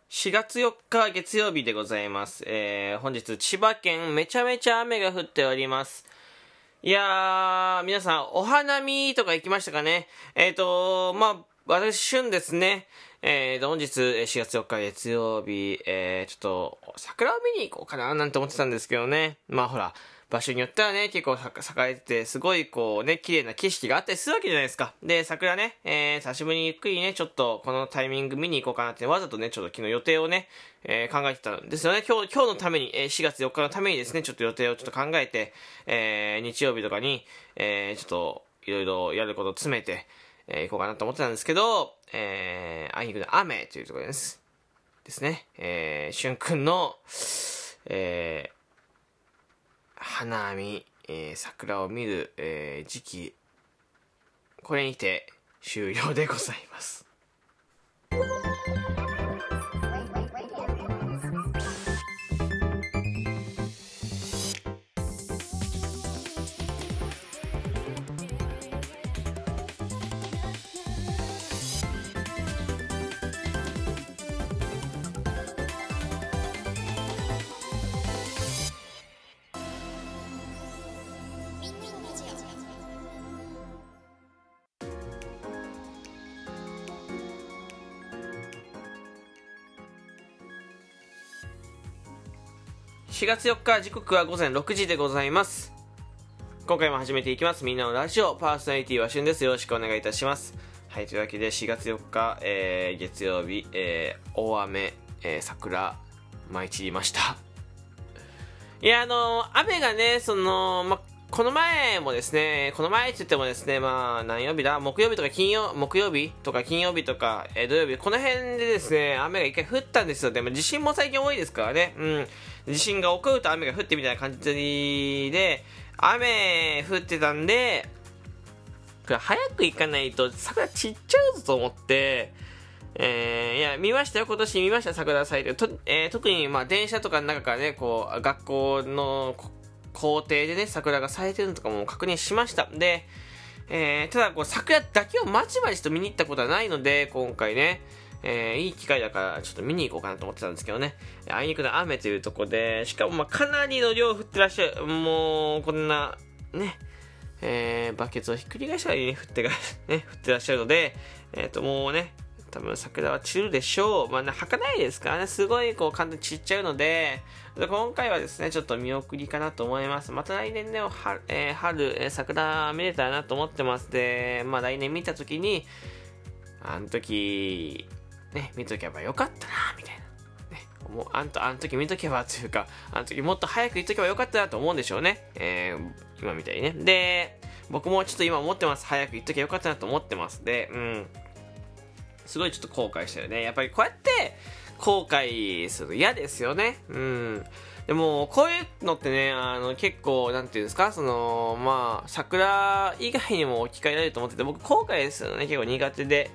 4月4日月曜日でございます。本日千葉県めちゃめちゃ雨が降っております。いやー、皆さんお花見とか行きましたかね。私旬ですね。本日4月4日月曜日、ちょっと桜を見に行こうかななんて思ってたんですけどね。まあほら、場所によってはね、結構栄えてて、すごいこうね、綺麗な景色があったりするわけじゃないですか。で、桜ね、久しぶりにゆっくりね、ちょっとこのタイミング見に行こうかなって、わざとね、ちょっと昨日予定をね、考えてたんですよね。今日のために、4月4日のためにですね、ちょっと予定をちょっと考えて、日曜日とかに、ちょっといろいろやることを詰めて、行こうかなと思ってたんですけど、あいにくの雨というところですね。しゅんくんの、花見、桜を見る、時期、これにて終了でございます。4月4日時刻は午前6時でございます。今回も始めていきます。みんなのラジオパーソナリティはしゅんです。よろしくお願いいたします。はい、というわけで4月4日、月曜日、大雨、桜舞い散りました。いや、雨がね、この前もですね、この前って言ってもですね、何曜日だ、木曜日とか金曜日とか、土曜日、この辺でですね、雨が一回降ったんですよ。でも地震も最近多いですからね。地震が起こると雨が降ってみたいな感じで、雨降ってたんで、これ早く行かないと桜散っちゃうぞと思って、いや、見ましたよ、今年見ました、桜咲いてる。特に、電車とかの中からね、こう、学校の校庭でね、桜が咲いてるのとかも確認しました。で、ただ、こう、桜だけをまちまちと見に行ったことはないので、今回ね、いい機会だからちょっと見に行こうかなと思ってたんですけどね、あいにくの雨というところで、しかもかなりの量降ってらっしゃる。もうこんなね、バケツをひっくり返したら降ってらっしゃるので、もうね、多分桜は散るでしょう。儚いですからね、すごいこう簡単に散っちゃうので、今回はですね、ちょっと見送りかなと思います。また来年ね、春、桜見れたらなと思ってます。で、来年見たときに、あの時ね、見とけばよかったなみたいな、ね、もうあの時見とけばというか、あの時もっと早く言っとけばよかったなと思うんでしょうね。今みたいにね。で、僕もちょっと今思ってます。早く言っとけばよかったなと思ってます。で、すごいちょっと後悔したよね。やっぱりこうやって後悔すると嫌ですよね。でもこういうのってね、結構なんていうんですか、桜以外にも置き換えられると思ってて、僕後悔するのね結構苦手で、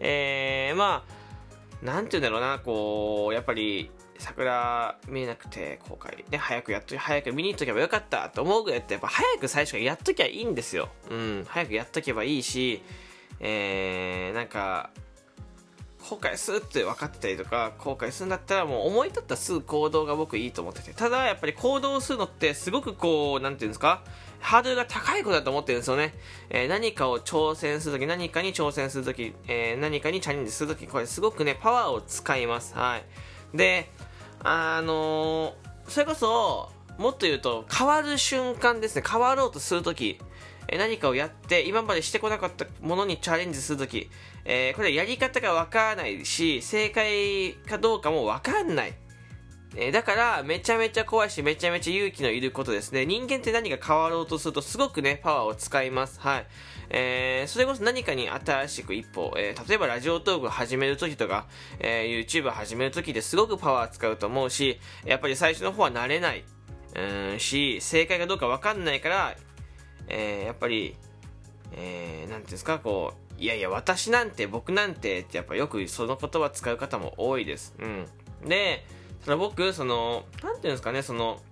なんていうんだろうな、こうやっぱり桜見えなくて後悔ね、早く見に行っとけばよかったと思うぐらいって、やっぱ早く最初からやっときゃいいんですよ。早くやっとけばいいし、なんか後悔するって分かってたりとか、後悔するんだったらもう思い立ったらすぐ行動が僕いいと思ってて、ただやっぱり行動するのってすごくこうなんていうんですか、ハードルが高いことだと思ってるんですよね。何かに挑戦するとき、何かにチャレンジするとき、これすごくねパワーを使います。はい。で、それこそもっと言うと変わる瞬間ですね。変わろうとするとき、何かをやって今までしてこなかったものにチャレンジするとき、これやり方がわからないし、正解かどうかもわかんない。だからめちゃめちゃ怖いし、めちゃめちゃ勇気のいることですね。人間って何か変わろうとするとすごくねパワーを使います。はい。それこそ何かに新しく一歩、例えばラジオトークを始めるときとか、YouTube を始めるときですごくパワー使うと思うし、やっぱり最初の方は慣れないし、正解かどうかわかんないから、やっぱり、なんていうんですか、こう、いやいや、私なんて、僕なんてって、やっぱよくその言葉使う方も多いです。で、僕、なんていうんですかね、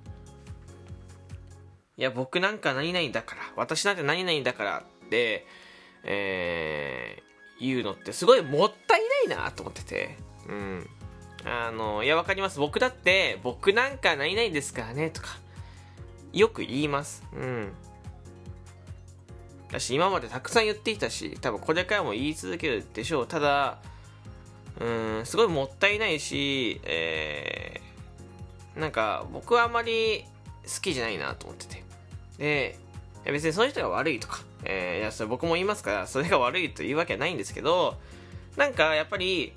いや、僕なんか何々だから、私なんて何々だからって、言うのってすごいもったいないなと思ってて、 いや、わかります。僕だって、僕なんか何々ですからね、とか、よく言います。だし、今までたくさん言ってきたし、多分これからも言い続けるでしょう。ただ、すごいもったいないし、なんか、僕はあまり好きじゃないなと思ってて。で、別にその人が悪いとか、いや、それ僕も言いますから、それが悪いというわけはないんですけど、なんか、やっぱり、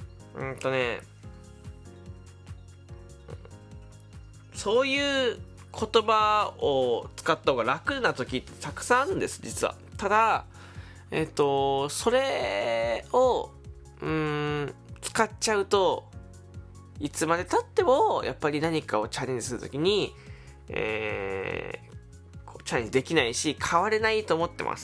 そういう言葉を使った方が楽な時ってたくさんあるんです、実は。ただ、それを、使っちゃうと、いつまで経っても、やっぱり何かをチャレンジするときに、チャレンジできないし、変われないと思ってます。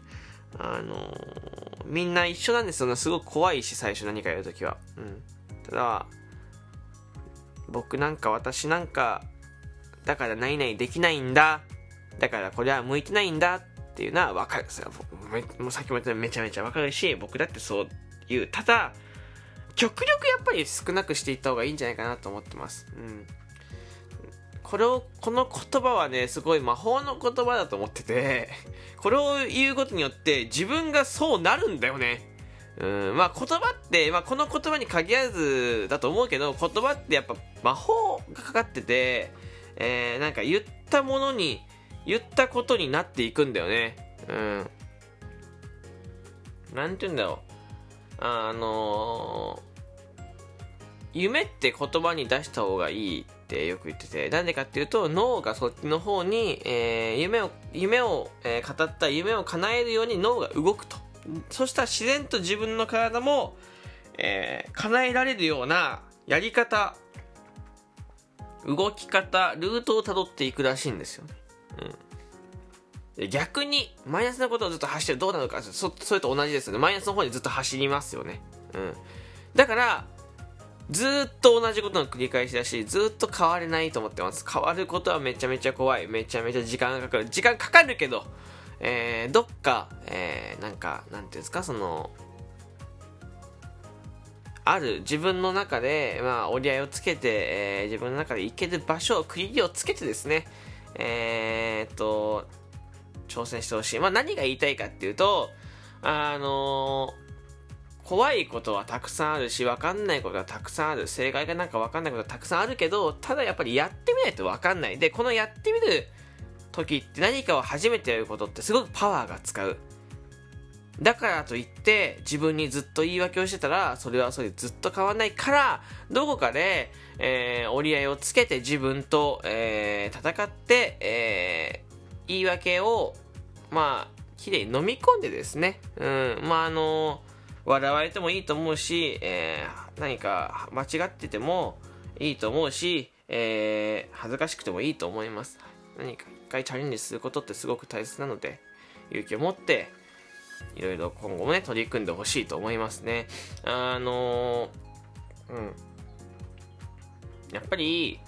みんな一緒なんですよ。すごく怖いし、最初何かやるときは。ただ、僕なんか私なんか、だから何々できないんだ。だからこれは向いてないんだっていうのは分かるんですよ。もうさっきも言ったようにめちゃめちゃ分かるし、僕だってそういう。ただ、極力やっぱり少なくしていった方がいいんじゃないかなと思ってます。この言葉はね、すごい魔法の言葉だと思ってて、これを言うことによって自分がそうなるんだよね。まあ言葉って、この言葉に限らずだと思うけど、言葉ってやっぱ魔法がかかってて、なんか言ったことになっていくんだよね。なんて言うんだろう。夢って言葉に出した方がいいってよく言ってて、なんでかっていうと、脳がそっちの方に、夢を、語った夢を叶えるように脳が動くと。そしたら自然と自分の体も、叶えられるようなやり方、動き方、ルートを辿っていくらしいんですよね。で逆にマイナスなことをずっと走ってるどうなのか、それと同じですよね。マイナスの方にずっと走りますよね。だからずっと同じことの繰り返しだし、ずっと変われないと思ってます。変わることはめちゃめちゃ怖い。めちゃめちゃ時間がかかる。時間かかるけど、どっか、なんていうんですか、ある自分の中で、折り合いをつけて、自分の中で行ける場所を区切りをつけてですね、挑戦してほしい。何が言いたいかっていうと、怖いことはたくさんあるし、分かんないことはたくさんある。正解がなんか分かんないことはたくさんあるけど、ただやっぱりやってみないと分かんない。で、このやってみる時って何かを初めてやることってすごくパワーが使う。だからといって自分にずっと言い訳をしてたら、それはそれでずっと変わらないから、どこかで、折り合いをつけて自分と、戦って、言い訳をきれいに飲み込んでですね、笑われてもいいと思うし、何か間違っててもいいと思うし、恥ずかしくてもいいと思います。何か一回チャレンジすることってすごく大切なので、勇気を持っていろいろ今後もね取り組んでほしいと思いますね。やっぱり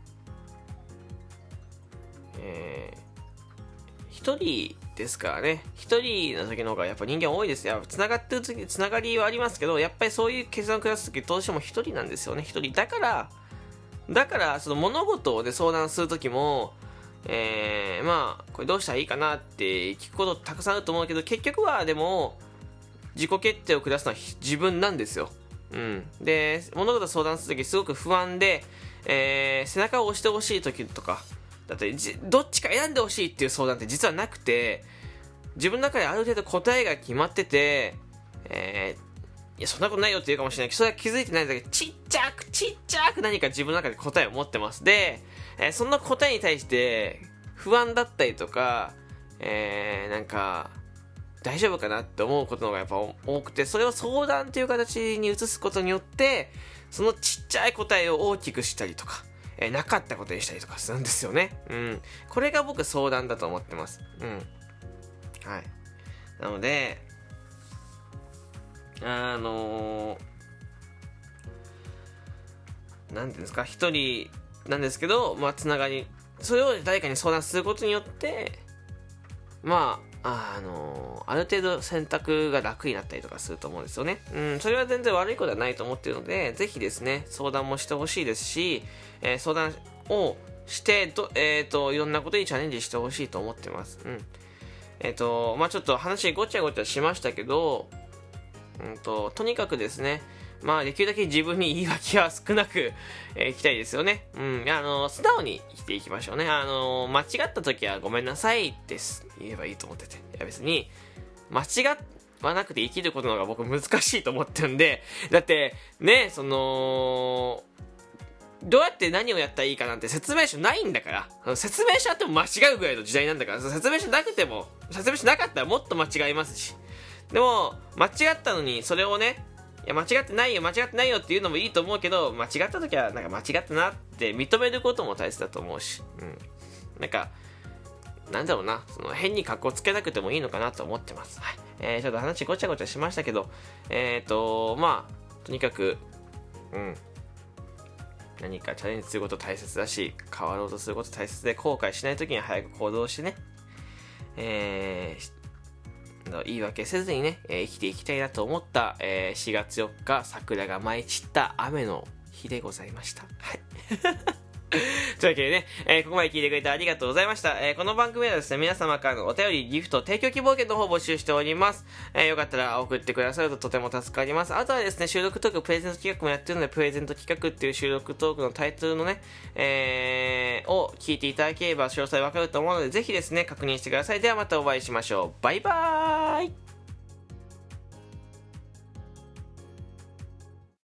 一人ですからね。一人の時の方がやっぱ人間多いですよ。繋がってる時、繋がりはありますけど、やっぱりそういう決断を下す時どうしても一人なんですよね。一人。だからその物事で相談する時も、これどうしたらいいかなって聞くことたくさんあると思うけど、結局はでも自己決定を下すのは自分なんですよ。で、物事を相談する時すごく不安で、背中を押してほしい時とか、だってどっちか選んでほしいっていう相談って実はなくて、自分の中である程度答えが決まってて、いやそんなことないよって言うかもしれないけど、それは気づいてないだけでちっちゃく何か自分の中で答えを持ってます。で、そんな答えに対して不安だったりとか、なんか大丈夫かなって思うことの方がやっぱ多くて、それを相談という形に移すことによって、そのちっちゃい答えを大きくしたりとか、なかったことにしたりとかするんですよね。これが僕相談だと思ってます。はい。なので、なんていうんですか、一人なんですけど、つながり、それを誰かに相談することによって、 ある程度選択が楽になったりとかすると思うんですよね。それは全然悪いことはないと思っているので、ぜひですね、相談もしてほしいですし、相談をしていろんなことにチャレンジしてほしいと思ってます。ちょっと話ごちゃごちゃしましたけど、とにかくですね、できるだけ自分に言い訳は少なくいきたいですよね。素直に生きていきましょうね。間違った時はごめんなさいって言えばいいと思ってて。いや別に、間違わなくて生きることの方が僕難しいと思ってるんで、だって、ね、どうやって何をやったらいいかなんて説明書ないんだから。説明書あっても間違うぐらいの時代なんだから、説明書なかったらもっと間違いますし。でも、間違ったのに、それをね、いや、間違ってないよっていうのもいいと思うけど、間違った時は、間違ったなって認めることも大切だと思うし、なんだろうな、変に格好つけなくてもいいのかなと思ってます。はい。ちょっと話ごちゃごちゃしましたけど、とにかく、何かチャレンジすること大切だし、変わろうとすること大切で、後悔しない時に早く行動してね、言い訳せずにね、生きていきたいなと思った、4月4日、桜が舞い散った雨の日でございました。はい。というわけでね、ここまで聞いてくれてありがとうございました。この番組はですね、皆様からのお便り、ギフト、提供希望券の方を募集しております。よかったら送ってくださるととても助かります。あとはですね、収録トーク、プレゼント企画もやってるので、プレゼント企画っていう収録トークのタイトルのね、を聞いていただければ詳細わかると思うので、ぜひですね、確認してください。ではまたお会いしましょう。バイバーイ。